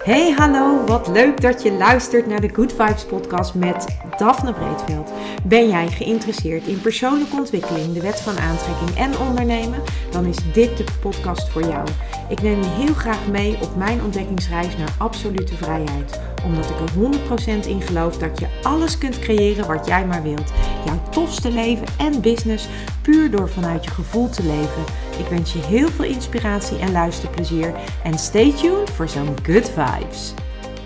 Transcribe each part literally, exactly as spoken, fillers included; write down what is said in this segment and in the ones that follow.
Hey, hallo, wat leuk dat je luistert naar de Good Vibes podcast met Daphne Breedveld. Ben jij geïnteresseerd in persoonlijke ontwikkeling, de wet van aantrekking en ondernemen? Dan is dit de podcast voor jou. Ik neem je heel graag mee op mijn ontdekkingsreis naar absolute vrijheid. Omdat ik er honderd procent in geloof dat je alles kunt creëren wat jij maar wilt. Jouw tofste leven en business puur door vanuit je gevoel te leven. Ik wens je heel veel inspiratie en luisterplezier. En stay tuned voor zo'n good vibes.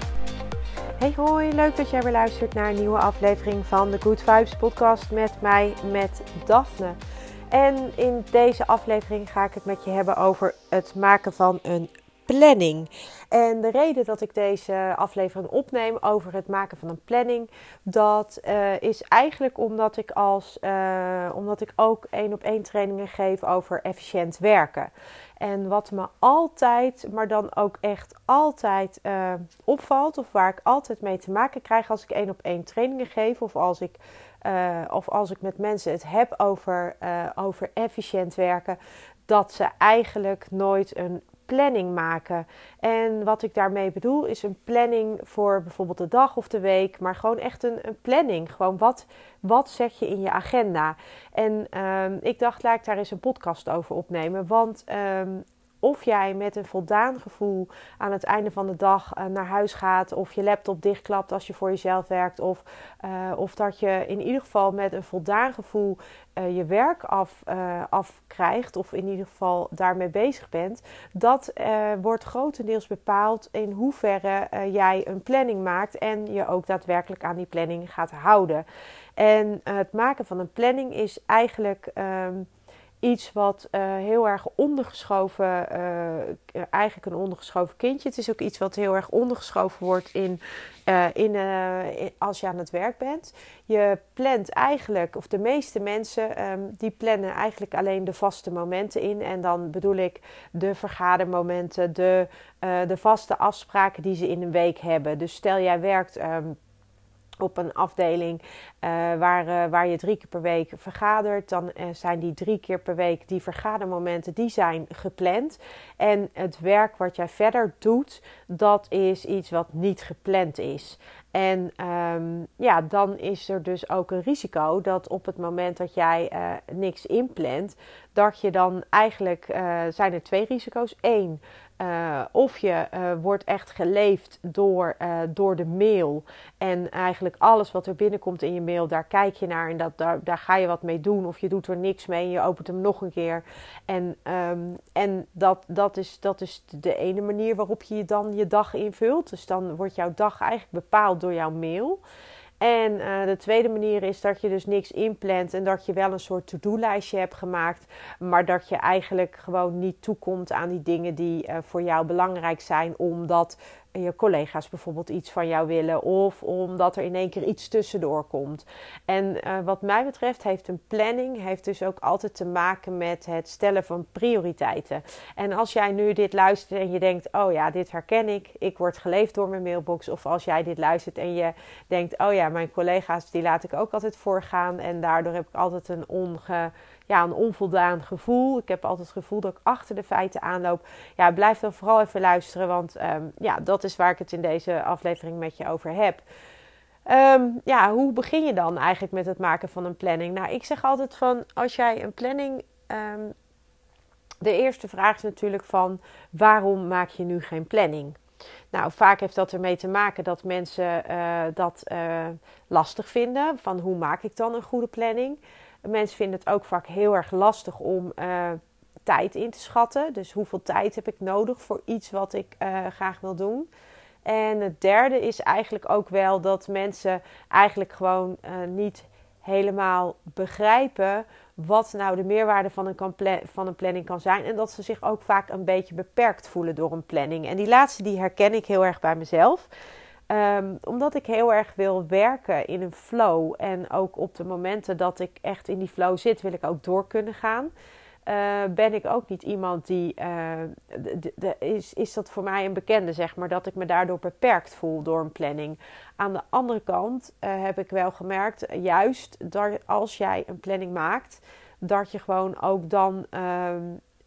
Hey hoi, leuk dat jij weer luistert naar een nieuwe aflevering van de Good Vibes podcast met mij, met Daphne. En in deze aflevering ga ik het met je hebben over het maken van een planning. En de reden dat ik deze aflevering opneem over het maken van een planning, dat uh, is eigenlijk omdat ik als, uh, omdat ik ook één op één trainingen geef over efficiënt werken. En wat me altijd, maar dan ook echt altijd uh, opvalt, of waar ik altijd mee te maken krijg als ik één op één trainingen geef, of als ik, uh, of als ik met mensen het heb over, uh, over efficiënt werken, dat ze eigenlijk nooit een planning maken. En wat ik daarmee bedoel is een planning voor bijvoorbeeld de dag of de week, maar gewoon echt een, een planning. Gewoon wat, wat zet je in je agenda? En um, ik dacht, laat ik daar eens een podcast over opnemen, want um, of jij met een voldaan gevoel aan het einde van de dag uh, naar huis gaat, of je laptop dichtklapt als je voor jezelf werkt, of, uh, of dat je in ieder geval met een voldaan gevoel uh, je werk af, uh, afkrijgt, of in ieder geval daarmee bezig bent, dat uh, wordt grotendeels bepaald in hoeverre uh, jij een planning maakt en je ook daadwerkelijk aan die planning gaat houden. En uh, het maken van een planning is eigenlijk Um, iets wat uh, heel erg ondergeschoven, uh, eigenlijk een ondergeschoven kindje. Het is ook iets wat heel erg ondergeschoven wordt in, uh, in, uh, in, als je aan het werk bent. Je plant eigenlijk, of de meeste mensen, um, die plannen eigenlijk alleen de vaste momenten in. En dan bedoel ik de vergadermomenten, de, uh, de vaste afspraken die ze in een week hebben. Dus stel jij werkt Um, op een afdeling uh, waar, uh, waar je drie keer per week vergadert, dan uh, zijn die drie keer per week die vergadermomenten, die zijn gepland. En het werk wat jij verder doet, dat is iets wat niet gepland is. En um, ja, dan is er dus ook een risico dat op het moment dat jij uh, niks inplant, dat je dan eigenlijk, uh, zijn er twee risico's. Eén, Uh, of je uh, wordt echt geleefd door, uh, door de mail. En eigenlijk alles wat er binnenkomt in je mail, daar kijk je naar en dat, daar, daar ga je wat mee doen. Of je doet er niks mee en je opent hem nog een keer. En, um, en dat, dat, is, dat is de ene manier waarop je dan je dag invult. Dus dan wordt jouw dag eigenlijk bepaald door jouw mail. En uh, de tweede manier is dat je dus niks inplant en dat je wel een soort to-do-lijstje hebt gemaakt, maar dat je eigenlijk gewoon niet toekomt aan die dingen die uh, voor jou belangrijk zijn, omdat je collega's bijvoorbeeld iets van jou willen of omdat er in één keer iets tussendoor komt. En uh, wat mij betreft heeft een planning heeft dus ook altijd te maken met het stellen van prioriteiten. En als jij nu dit luistert en je denkt, oh ja, dit herken ik, ik word geleefd door mijn mailbox. Of als jij dit luistert en je denkt, oh ja, mijn collega's die laat ik ook altijd voorgaan en daardoor heb ik altijd een onge... Ja, een onvoldaan gevoel. Ik heb altijd het gevoel dat ik achter de feiten aanloop. Ja, blijf dan vooral even luisteren, want um, ja, dat is waar ik het in deze aflevering met je over heb. Um, ja, hoe begin je dan eigenlijk met het maken van een planning? Nou, ik zeg altijd van, als jij een planning... Um, de eerste vraag is natuurlijk van, waarom maak je nu geen planning? Nou, vaak heeft dat ermee te maken dat mensen uh, dat uh, lastig vinden. Van, hoe maak ik dan een goede planning? Mensen vinden het ook vaak heel erg lastig om uh, tijd in te schatten. Dus hoeveel tijd heb ik nodig voor iets wat ik uh, graag wil doen. En het derde is eigenlijk ook wel dat mensen eigenlijk gewoon uh, niet helemaal begrijpen wat nou de meerwaarde van een, pla- van een planning kan zijn. En dat ze zich ook vaak een beetje beperkt voelen door een planning. En die laatste die herken ik heel erg bij mezelf. Um, omdat ik heel erg wil werken in een flow. En ook op de momenten dat ik echt in die flow zit, wil ik ook door kunnen gaan. Uh, ben ik ook niet iemand die... Uh, de, de, is, is dat voor mij een bekende, zeg maar, dat ik me daardoor beperkt voel door een planning. Aan de andere kant uh, heb ik wel gemerkt, juist dat als jij een planning maakt, dat je gewoon ook dan... Uh, ook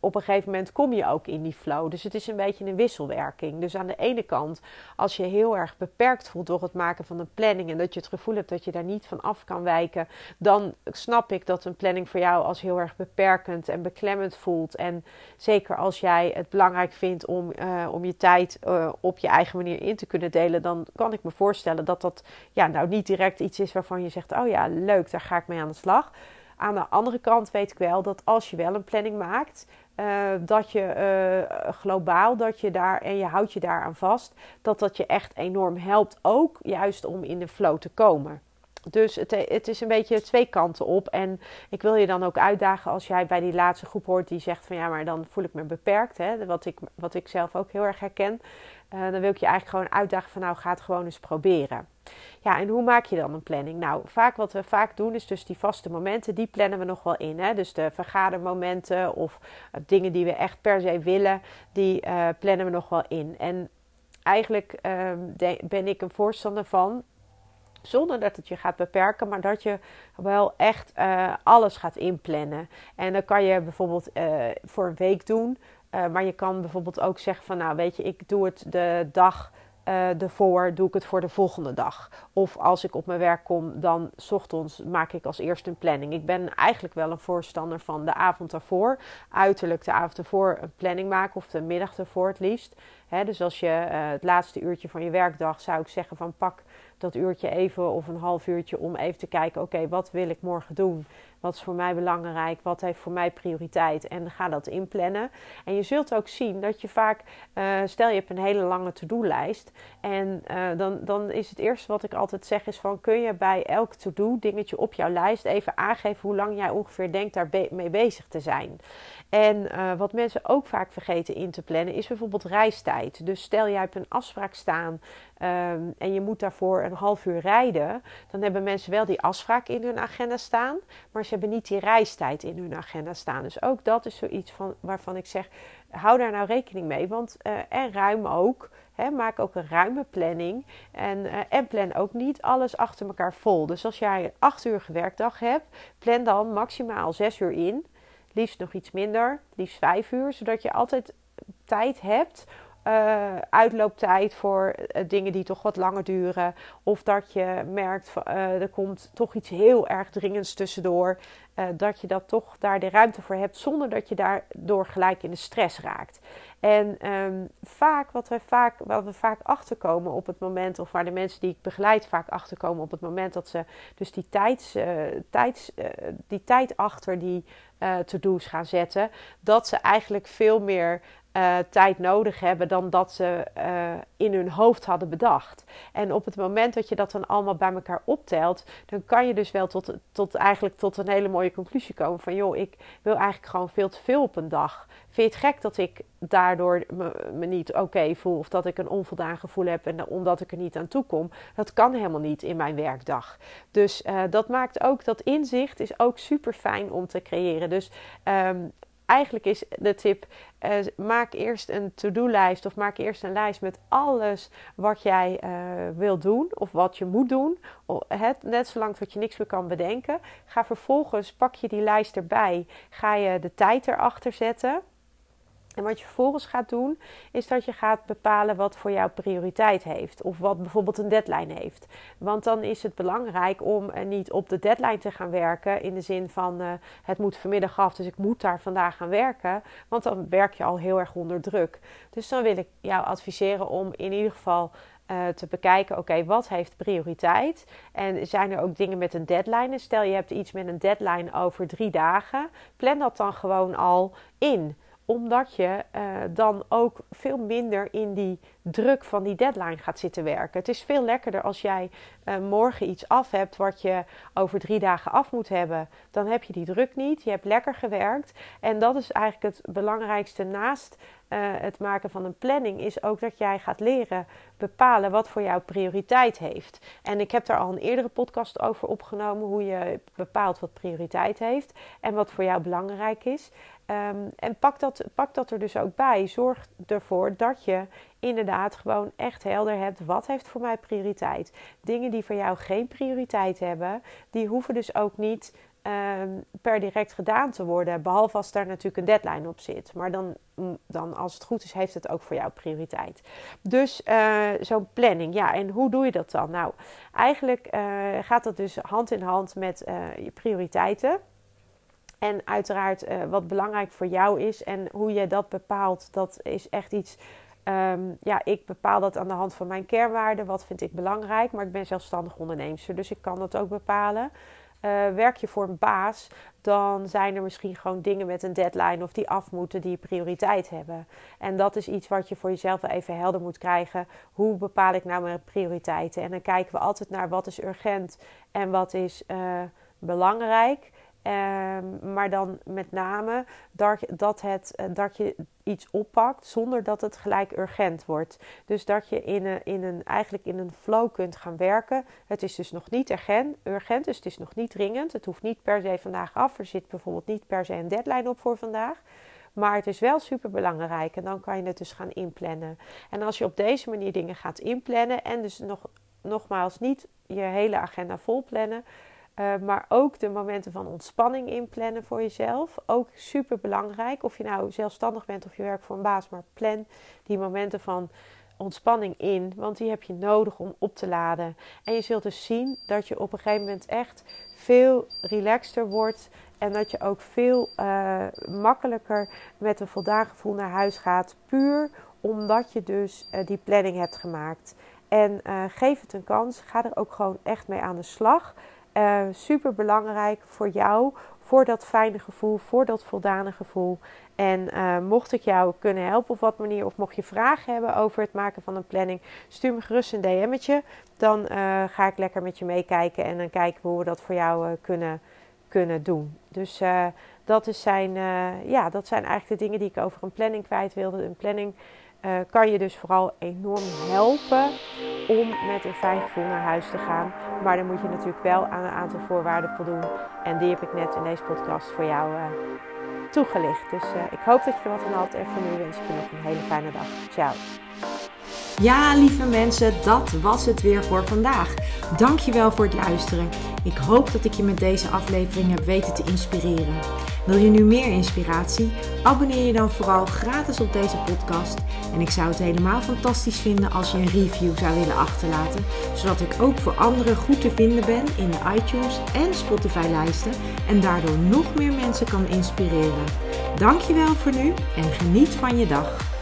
op een gegeven moment kom je ook in die flow. Dus het is een beetje een wisselwerking. Dus aan de ene kant, als je heel erg beperkt voelt door het maken van een planning en dat je het gevoel hebt dat je daar niet van af kan wijken, dan snap ik dat een planning voor jou als heel erg beperkend en beklemmend voelt. En zeker als jij het belangrijk vindt om, uh, om je tijd uh, op je eigen manier in te kunnen delen, dan kan ik me voorstellen dat dat ja, nou niet direct iets is waarvan je zegt, oh ja, leuk, daar ga ik mee aan de slag. Aan de andere kant weet ik wel dat als je wel een planning maakt, uh, dat je uh, globaal, dat je daar, en je houdt je daaraan vast, dat dat je echt enorm helpt, ook juist om in de flow te komen. Dus het, het is een beetje twee kanten op. En ik wil je dan ook uitdagen als jij bij die laatste groep hoort die zegt van ja, maar dan voel ik me beperkt. Hè, wat, ik, wat ik zelf ook heel erg herken. Uh, dan wil ik je eigenlijk gewoon uitdagen van nou, ga het gewoon eens proberen. Ja, en hoe maak je dan een planning? Nou, vaak wat we vaak doen is dus die vaste momenten, die plannen we nog wel in. Hè? Dus de vergadermomenten of uh, dingen die we echt per se willen, die uh, plannen we nog wel in. En eigenlijk uh, de, ben ik een voorstander van, zonder dat het je gaat beperken, maar dat je wel echt uh, alles gaat inplannen. En dan kan je bijvoorbeeld uh, voor een week doen. Uh, maar je kan bijvoorbeeld ook zeggen van nou weet je, ik doe het de dag uh, ervoor, doe ik het voor de volgende dag. Of als ik op mijn werk kom, dan 's ochtends maak ik als eerste een planning. Ik ben eigenlijk wel een voorstander van de avond ervoor. Uiterlijk de avond ervoor een planning maken of de middag ervoor het liefst. He, dus als je uh, het laatste uurtje van je werkdag zou ik zeggen van pak dat uurtje even of een half uurtje om even te kijken, oké, okay, wat wil ik morgen doen? Wat is voor mij belangrijk? Wat heeft voor mij prioriteit? En ga dat inplannen. En je zult ook zien dat je vaak, uh, stel je hebt een hele lange to-do-lijst. En uh, dan, dan is het eerste wat ik altijd zeg is van, kun je bij elk to-do dingetje op jouw lijst even aangeven hoe lang jij ongeveer denkt daar be- mee bezig te zijn. En uh, wat mensen ook vaak vergeten in te plannen is bijvoorbeeld reistijd. Dus stel jij hebt een afspraak staan um, en je moet daarvoor een half uur rijden. Dan hebben mensen wel die afspraak in hun agenda staan, maar ze hebben niet die reistijd in hun agenda staan. Dus ook dat is zoiets van, waarvan ik zeg, hou daar nou rekening mee. Want uh, en ruim ook, hè, maak ook een ruime planning. En, uh, en plan ook niet alles achter elkaar vol. Dus als jij een acht uur werkdag hebt, plan dan maximaal zes uur in. Liefst nog iets minder, liefst vijf uur. Zodat je altijd tijd hebt, uh, uitlooptijd voor uh, dingen die toch wat langer duren. Of dat je merkt, uh, er komt toch iets heel erg dringends tussendoor. Uh, dat je dat toch daar de ruimte voor hebt, zonder dat je daardoor gelijk in de stress raakt. En um, vaak, wat we vaak, wat we vaak achterkomen op het moment, of waar de mensen die ik begeleid vaak achterkomen op het moment dat ze dus die, tijds, uh, tijds, uh, die tijd achter die uh, to-do's gaan zetten, dat ze eigenlijk veel meer Uh, tijd nodig hebben dan dat ze uh, in hun hoofd hadden bedacht. En op het moment dat je dat dan allemaal bij elkaar optelt, dan kan je dus wel tot, tot, eigenlijk tot een hele mooie conclusie komen van joh, ik wil eigenlijk gewoon veel te veel op een dag. Vind je het gek dat ik daardoor me, me niet oké okay voel of dat ik een onvoldaan gevoel heb en omdat ik er niet aan toe kom? Dat kan helemaal niet in mijn werkdag. Dus uh, dat maakt ook, dat inzicht is ook super fijn om te creëren. Dus um, eigenlijk is de tip, uh, maak eerst een to-do-lijst of maak eerst een lijst met alles wat jij uh, wil doen of wat je moet doen. Het, net zolang dat je niks meer kan bedenken. Ga vervolgens, pak je die lijst erbij, ga je de tijd erachter zetten. En wat je vervolgens gaat doen, is dat je gaat bepalen wat voor jou prioriteit heeft. Of wat bijvoorbeeld een deadline heeft. Want dan is het belangrijk om niet op de deadline te gaan werken. In de zin van, uh, het moet vanmiddag af, dus ik moet daar vandaag gaan werken. Want dan werk je al heel erg onder druk. Dus dan wil ik jou adviseren om in ieder geval Uh, te bekijken, oké, okay, wat heeft prioriteit? En zijn er ook dingen met een deadline? En stel je hebt iets met een deadline over drie dagen. Plan dat dan gewoon al in. Omdat je uh, dan ook veel minder in die druk van die deadline gaat zitten werken. Het is veel lekkerder als jij uh, morgen iets af hebt wat je over drie dagen af moet hebben. Dan heb je die druk niet. Je hebt lekker gewerkt. En dat is eigenlijk het belangrijkste naast uh, het maken van een planning. Is ook dat jij gaat leren bepalen wat voor jou prioriteit heeft. En ik heb daar al een eerdere podcast over opgenomen. Hoe je bepaalt wat prioriteit heeft. En wat voor jou belangrijk is. Um, en pak dat, pak dat er dus ook bij. Zorg ervoor dat je inderdaad gewoon echt helder hebt. Wat heeft voor mij prioriteit? Dingen die voor jou geen prioriteit hebben, die hoeven dus ook niet uh, per direct gedaan te worden. Behalve als daar natuurlijk een deadline op zit. Maar dan, dan als het goed is, heeft het ook voor jou prioriteit. Dus uh, zo'n planning. Ja, en hoe doe je dat dan? Nou, eigenlijk uh, gaat dat dus hand in hand met uh, je prioriteiten. En uiteraard uh, wat belangrijk voor jou is en hoe je dat bepaalt, dat is echt iets... Um, ja, ik bepaal dat aan de hand van mijn kernwaarden. Wat vind ik belangrijk? Maar ik ben zelfstandig onderneemster, dus ik kan dat ook bepalen. Uh, werk je voor een baas, dan zijn er misschien gewoon dingen met een deadline of die af moeten die prioriteit hebben. En dat is iets wat je voor jezelf wel even helder moet krijgen. Hoe bepaal ik nou mijn prioriteiten? En dan kijken we altijd naar wat is urgent en wat is uh, belangrijk. Um, maar dan met name dat, dat, het, uh, dat je iets oppakt zonder dat het gelijk urgent wordt. Dus dat je in een, in een, eigenlijk in een flow kunt gaan werken. Het is dus nog niet urgent, urgent, dus het is nog niet dringend. Het hoeft niet per se vandaag af. Er zit bijvoorbeeld niet per se een deadline op voor vandaag. Maar het is wel super belangrijk en dan kan je het dus gaan inplannen. En als je op deze manier dingen gaat inplannen en dus nog, nogmaals niet je hele agenda vol plannen... Uh, maar ook de momenten van ontspanning inplannen voor jezelf. Ook super belangrijk. Of je nou zelfstandig bent of je werkt voor een baas. Maar plan die momenten van ontspanning in. Want die heb je nodig om op te laden. En je zult dus zien dat je op een gegeven moment echt veel relaxter wordt. En dat je ook veel uh, makkelijker met een voldaan gevoel naar huis gaat. Puur omdat je dus uh, die planning hebt gemaakt. En uh, geef het een kans. Ga er ook gewoon echt mee aan de slag. Uh, super belangrijk voor jou, voor dat fijne gevoel, voor dat voldane gevoel. En uh, mocht ik jou kunnen helpen op wat manier, of mocht je vragen hebben over het maken van een planning, stuur me gerust een D M'tje. Dan uh, ga ik lekker met je meekijken en dan kijken we hoe we dat voor jou uh, kunnen, kunnen doen. Dus uh, dat, is zijn, uh, ja, dat zijn eigenlijk de dingen die ik over een planning kwijt wilde. Een planning uh, kan je dus vooral enorm helpen om met een fijn gevoel naar huis te gaan. Maar dan moet je natuurlijk wel aan een aantal voorwaarden voldoen. En die heb ik net in deze podcast voor jou uh, toegelicht. Dus uh, ik hoop dat je er wat aan had. En voor nu wens ik je nog een hele fijne dag. Ciao. Ja, lieve mensen, dat was het weer voor vandaag. Dankjewel voor het luisteren. Ik hoop dat ik je met deze aflevering heb weten te inspireren. Wil je nu meer inspiratie? Abonneer je dan vooral gratis op deze podcast. En ik zou het helemaal fantastisch vinden als je een review zou willen achterlaten. Zodat ik ook voor anderen goed te vinden ben in de iTunes en Spotify lijsten. En daardoor nog meer mensen kan inspireren. Dankjewel voor nu en geniet van je dag.